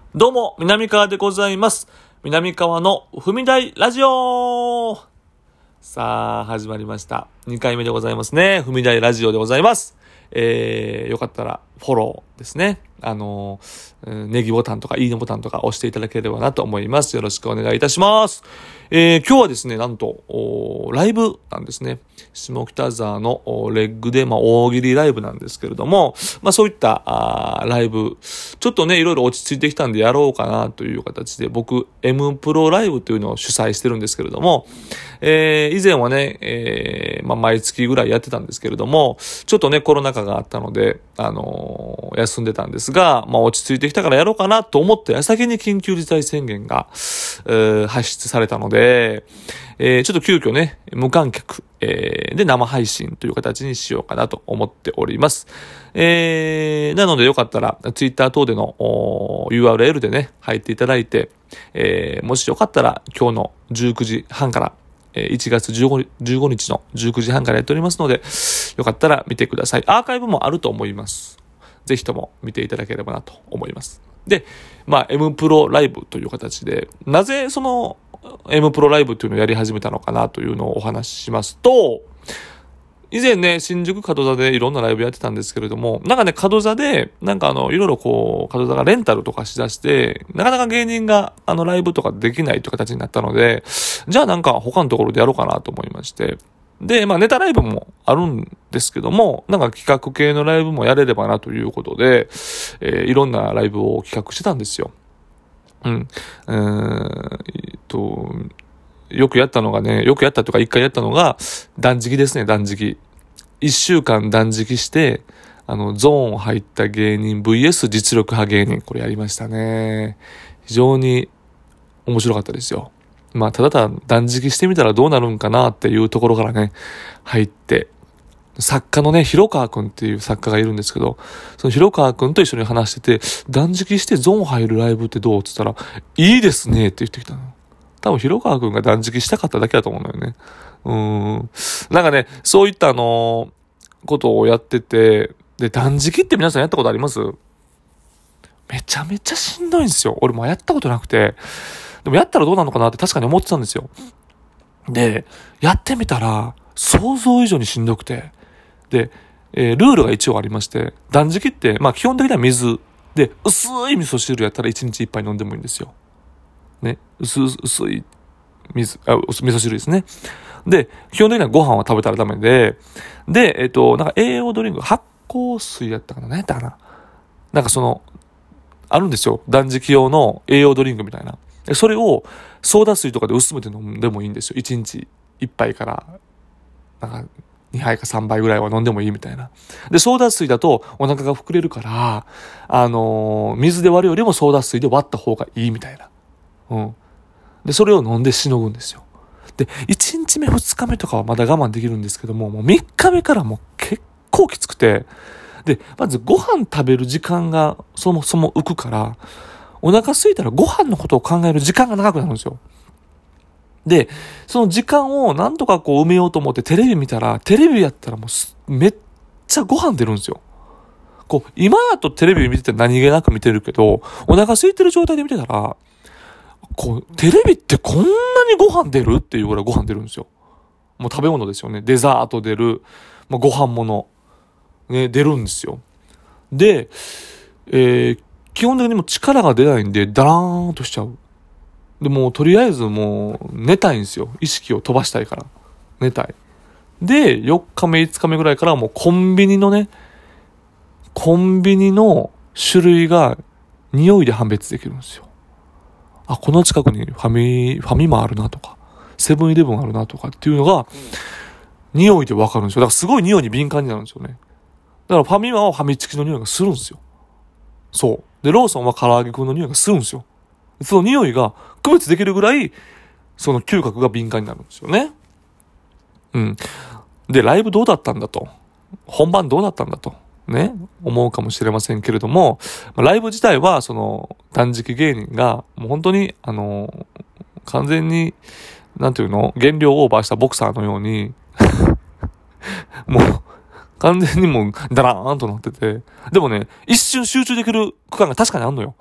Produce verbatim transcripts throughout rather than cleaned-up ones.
どうも、南川でございます。南川の踏み台ラジオ。さあ、始まりました。にかいめでございますね。踏み台ラジオでございます。えー、よかったらフォローですね。あのー、ネギボタンとかいいねボタンとか押していただければなと思います。よろしくお願いいたします。えー、今日はですね、なんと、ライブなんですね。下北沢のレッグで、まあ、大喜利ライブなんですけれども、まあ、そういったあライブ、ちょっとね、いろいろ落ち着いてきたんでやろうかなという形で、僕、M プロライブというのを主催してるんですけれども、えー、以前はね、えー、まあ、毎月ぐらいやってたんですけれども、ちょっとね、コロナ禍があったので、あのー、休んでたんですが、まあ、落ち着いてきたからやろうかなと思った矢先に緊急事態宣言が、えー、発出されたので、えー、ちょっと急遽ね、無観客、えー、で生配信という形にしようかなと思っております。えー、なのでよかったら、ツイッター等での ユーアールエル でね、入っていただいて、えー、もしよかったら今日のじゅうくじはんから、いちがつじゅうごにちのじゅうくじはんからやっておりますので、よかったら見てください。アーカイブもあると思います。ぜひとも見ていただければなと思います。で、まあ、M プロライブという形で、なぜその M プロライブというのをやり始めたのかなというのをお話ししますと、以前ね、新宿角座でいろんなライブやってたんですけれども、なんかね、角座で、なんかあの、いろいろこう、角座がレンタルとかしだして、なかなか芸人があのライブとかできないという形になったので、じゃあなんか他のところでやろうかなと思いまして、で、まあネタライブもあるんですけども、なんか企画系のライブもやれればなということで、えー、いろんなライブを企画してたんですよ。うん。えー、えっと、よくやったのがね、よくやったとか一回やったのが、断食ですね、断食。一週間断食して、あの、ゾーン入った芸人 ブイエス 実力派芸人。これやりましたね。非常に面白かったですよ。まあ、ただただ断食してみたらどうなるんかなっていうところからね、入って、作家のね、広川くんっていう作家がいるんですけど、その広川くんと一緒に話してて、断食してゾーン入るライブってどうって言ったら、いいですねって言ってきたの。多分広川くんが断食したかっただけだと思うんだよね。うーん。なんかね、そういったあのー、ことをやってて、で、断食って皆さんやったことあります？めちゃめちゃしんどいんですよ。俺もやったことなくて。でもやったらどうなのかなって確かに思ってたんですよ。で、やってみたら、想像以上にしんどくて。で、えー、ルールが一応ありまして、断食って、まあ基本的には水。で、薄い味噌汁やったらいちにちいっぱい飲んでもいいんですよ。ね。薄、薄い水、あ、味噌汁ですね。で、基本的にはご飯は食べたらダメで、で、えっと、なんか栄養ドリンク、発酵水やったかな？何やったかな？なんかその、あるんですよ。断食用の栄養ドリンクみたいな。それをソーダ水とかで薄めて飲んでもいいんですよ。いちにちいっぱいから、なんかにはいかさんばいぐらいは飲んでもいいみたいな。で、ソーダ水だとお腹が膨れるから、あのー、水で割るよりもソーダ水で割った方がいいみたいな。うん。で、それを飲んでしのぐんですよ。で、いちにちめ、ふつかめとかはまだ我慢できるんですけども、もうみっかめからもう結構きつくて、で、まずご飯食べる時間がそもそも浮くから、お腹空いたらご飯のことを考える時間が長くなるんですよ。で、その時間をなんとかこう埋めようと思ってテレビ見たら、テレビやったらもうめっちゃご飯出るんですよ。こう、今だとテレビ見てて何気なく見てるけど、お腹空いてる状態で見てたら、こう、テレビってこんなにご飯出るっていうぐらいご飯出るんですよ。もう食べ物ですよね。デザート出る。まあ、ご飯もの。ね、出るんですよ。で、えー、基本的にも力が出ないんで、ダラーンとしちゃう。で、もうとりあえずもう寝たいんですよ。意識を飛ばしたいから。寝たい。で、よっかめ、いつかめぐらいからもうコンビニのね、コンビニの種類が匂いで判別できるんですよ。あ、この近くにファミ、ファミマあるなとか、セブンイレブンあるなとかっていうのが、匂いでわかるんですよ。だからすごい匂いに敏感になるんですよね。だからファミマはファミチキの匂いがするんですよ。そう。で、ローソンは唐揚げくんの匂いがするんですよ。その匂いが区別できるぐらい、その嗅覚が敏感になるんですよね。うん。で、ライブどうだったんだと。本番どうだったんだと。ね。思うかもしれませんけれども、ライブ自体は、その、断食芸人が、もう本当に、あの、完全に、なんていうの、減量オーバーしたボクサーのように、もう、完全にもう、ダラーンとなってて、でもね、一瞬集中できる区間が確かにあるのよ。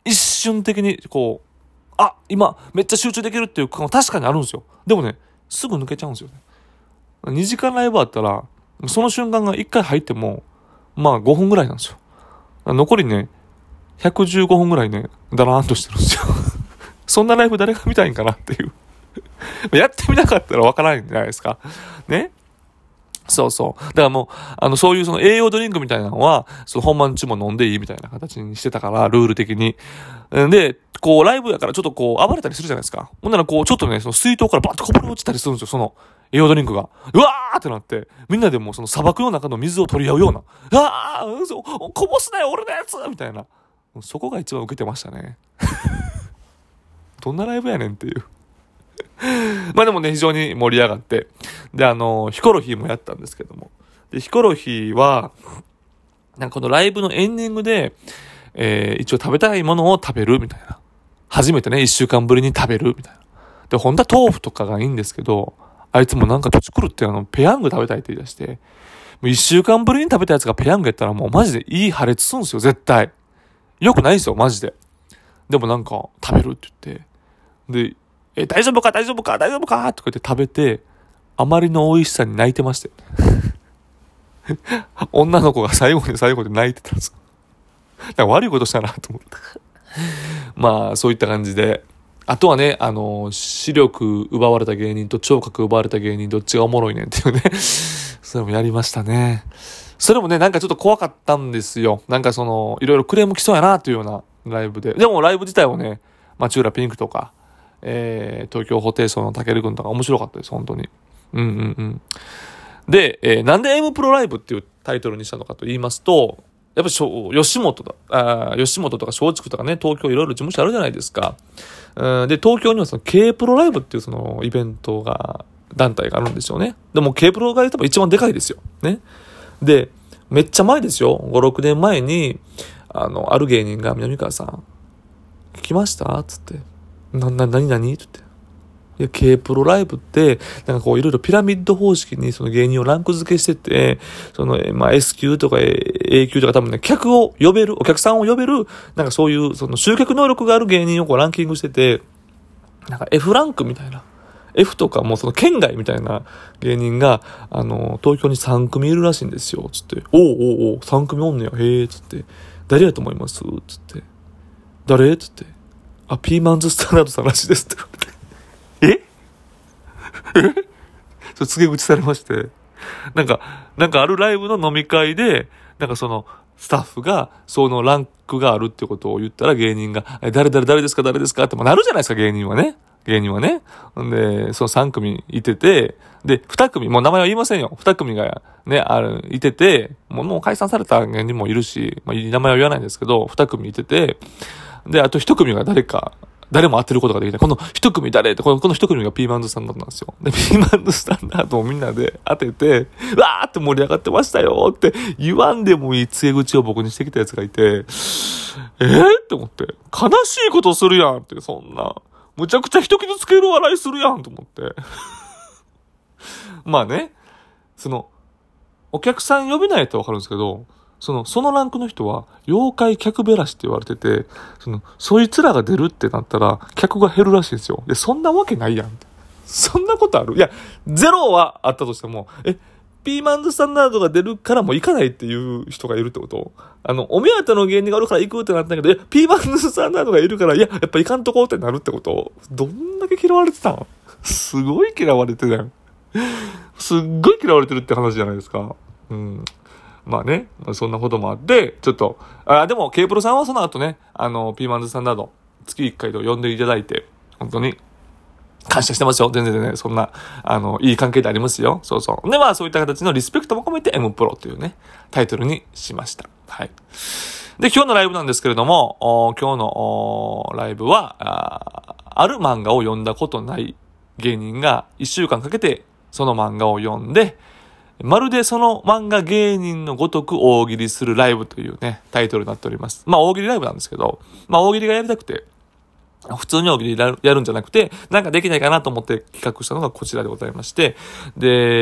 一瞬的にこう、あ、今めっちゃ集中できるっていう感は確かにあるんですよ。でもね、すぐ抜けちゃうんですよね。にじかんライブあったら、その瞬間がいっかい入っても、まあごふんぐらいなんですよ。残りね、ひゃくじゅうごふんぐらいね、だらーんとしてるんですよ。そんなライブ誰が見たいんかなっていう。やってみなかったらわからないんじゃないですか。ね。そうそう。だからもう、あの、そういうその栄養ドリンクみたいなのは、その本番中も飲んでいいみたいな形にしてたから、ルール的に。で、こう、ライブやからちょっとこう、暴れたりするじゃないですか。ほんならこう、ちょっとね、その水筒からバッとこぼれ落ちたりするんですよ、その、栄養ドリンクが。うわーってなって、みんなでもうその砂漠の中の水を取り合うような、うわーそうこぼすなよ、俺のやつみたいな。そこが一番受けてましたね。どんなライブやねんっていう。まあでもね、非常に盛り上がって。で、あの、ヒコロヒーもやったんですけども。で、ヒコロヒーは、なんかこのライブのエンディングで、えー、一応食べたいものを食べるみたいな。初めてね、一週間ぶりに食べるみたいな。で、本当は豆腐とかがいいんですけど、あいつもなんか土地狂ってあの、ペヤング食べたいって言い出して、もう一週間ぶりに食べたやつがペヤングやったらもうマジでいい破裂するんですよ、絶対。よくないですよ、マジで。でもなんか、食べるって言って。で、え、大丈夫か大丈夫か大丈夫かとか言って食べて、あまりの美味しさに泣いてましたよね。女の子が最後に最後で泣いてたんですよ。なんか悪いことしたなと思って。まあ、そういった感じで。あとはね、あの、視力奪われた芸人と聴覚奪われた芸人どっちがおもろいねんっていうね。それもやりましたね。それもね、なんかちょっと怖かったんですよ。なんかその、いろいろクレーム来そうやなというようなライブで。でもライブ自体はね、町浦ピンクとか、えー、東京ホテイソンのたけるくんとか面白かったです、本当に。うんうんうん。で、えー、なんで M プロライブっていうタイトルにしたのかと言いますと、やっぱり吉本だ、あ吉本とか松竹とかね、東京いろいろ事務所あるじゃないですか。うんで、東京にはその K プロライブっていうそのイベントが、団体があるんですよね。でも K プロが多分一番でかいですよ。ね。で、めっちゃ前ですよ。ご、ろくねんまえに、あの、ある芸人が南川さん、来ましたつって。な、な、なになにって言って。いや、K プロライブって、なんかこういろいろピラミッド方式にその芸人をランク付けしてて、その、まあ S 級とか A 級とか多分ね、客を呼べる、お客さんを呼べる、なんかそういうその集客能力がある芸人をこうランキングしてて、なんか F ランクみたいな。F とかもうその県外みたいな芸人が、あの、東京にさん組いるらしいんですよ、つって。おうおうおう、さん組おんねや、へえ、つって。誰やと思いますつって。誰つって。あ、ピーマンズスタンダードさんらしいですって言われて。ええそれ告げ口されまして。なんか、なんかあるライブの飲み会で、なんかその、スタッフが、そのランクがあるってことを言ったら芸人が、え、誰誰誰ですか誰ですかってもなるじゃないですか、芸人はね。芸人はね。んで、そのさん組いてて、で、に組、もう名前は言いませんよ。に組がね、ある、いてて、もうもう解散された芸人もいるし、まあ、名前は言わないんですけど、に組いてて、で、あといち組が誰か、誰も当てることができない。この一組誰って、この、この一組がピーマンズスタンダードなんですよ。で、ピーマンズスタンダードをみんなで当てて、わーって盛り上がってましたよって言わんでもいい告げ口を僕にしてきたやつがいて、えーって思って、悲しいことするやんって、そんな。むちゃくちゃ人傷つける笑いするやんと思って。まあね、その、お客さん呼べないやったらわかるんですけど、その、そのランクの人は、妖怪客べらしって言われてて、その、そいつらが出るってなったら、客が減るらしいんですよ。で、そんなわけないやん。そんなことある？いや、ゼロはあったとしても、え、ピーマンズスタンダードが出るからもう行かないっていう人がいるってこと？あの、お目当ての芸人があるから行くってなったけど、え、ピーマンズスタンダードがいるから、いや、やっぱ行かんとこうってなるってこと？どんだけ嫌われてたん？すごい嫌われてたやん。すっごい嫌われてるって話じゃないですか。うん。まあね、そんなこともあって、ちょっと、あ、でも、K プロさんはその後ね、あの、ピーマンズスタンダード、月いっかいと呼んでいただいて、本当に、感謝してますよ。全然ね、そんな、あの、いい関係でありますよ。そうそう。で、まあ、そういった形のリスペクトも込めて M プロというね、タイトルにしました。はい。で、今日のライブなんですけれども、今日のライブはあ、ある漫画を読んだことない芸人がいっしゅうかんかけてその漫画を読んで、まるでその漫画芸人のごとく大喜利するライブというね、タイトルになっております。まあ大喜利ライブなんですけど、まあ大喜利がやりたくて、普通に大喜利やるんじゃなくて、なんかできないかなと思って企画したのがこちらでございまして、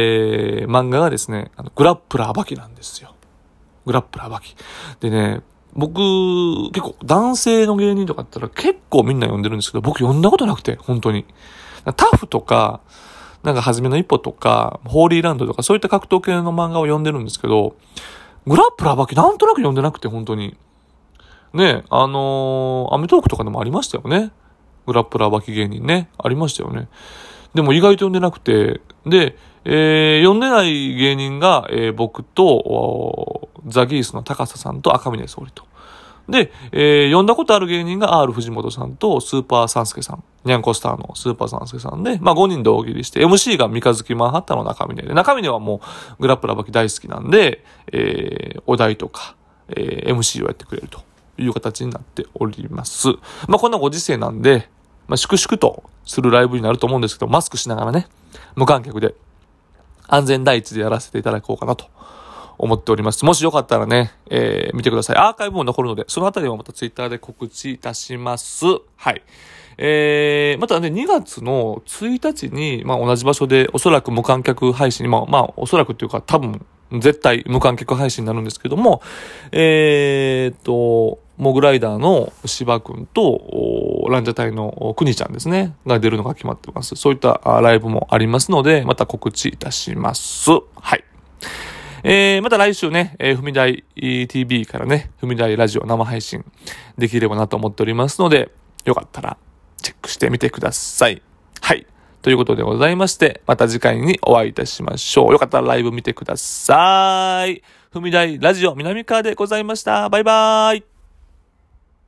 で、漫画がですね、あのグラップラーバキなんですよ。グラップラーバキ。でね、 僕、結構男性の芸人とかだったら結構みんな読んでるんですけど、僕読んだことなくて、本当に。タフとか、なんか初めの一歩とか、ホーリーランドとか、そういった格闘系の漫画を読んでるんですけど、グラップラーばきなんとなく読んでなくて、本当に。ね、あのー、アメトーークとかでもありましたよね。グラップラーばき芸人ね。ありましたよね。でも意外と読んでなくて、で、えー、読んでない芸人が、えー、僕と、ザ・ギースの高佐さんと赤嶺総理と。で、えー、読んだことある芸人が R 藤本さんとスーパーサンスケさん。ニャンコスターのスーパーサンスケさんで、まあごにんで大喜利して、エムシー が三日月マンハッタンの中峰で、中峰はもうグラップラーばき大好きなんで、えー、お題とか、えー、エムシー をやってくれるという形になっております。まあこんなご時世なんで、まあ粛々とするライブになると思うんですけど、マスクしながらね、無観客で、安全第一でやらせていただこうかなと思っております。もしよかったらね、えー、見てください。アーカイブも残るので、そのあたりはまたツイッターで告知いたします。はい。えー、またね、にがつのついたちに、まあ同じ場所で、おそらく無観客配信、まあ、まあ、おそらくっていうか多分、絶対無観客配信になるんですけども、えーと、モグライダーの芝くんと、ランジャタイのくにちゃんですね、が出るのが決まってます。そういったライブもありますので、また告知いたします。はい。えー、また来週ね、えー、ふみだい ティービー からね、ふみだいラジオ生配信できればなと思っておりますので、よかったらチェックしてみてください。はい。ということでございまして、また次回にお会いいたしましょう。よかったらライブ見てください。ふみだいラジオ南川でございました。バイバーイ。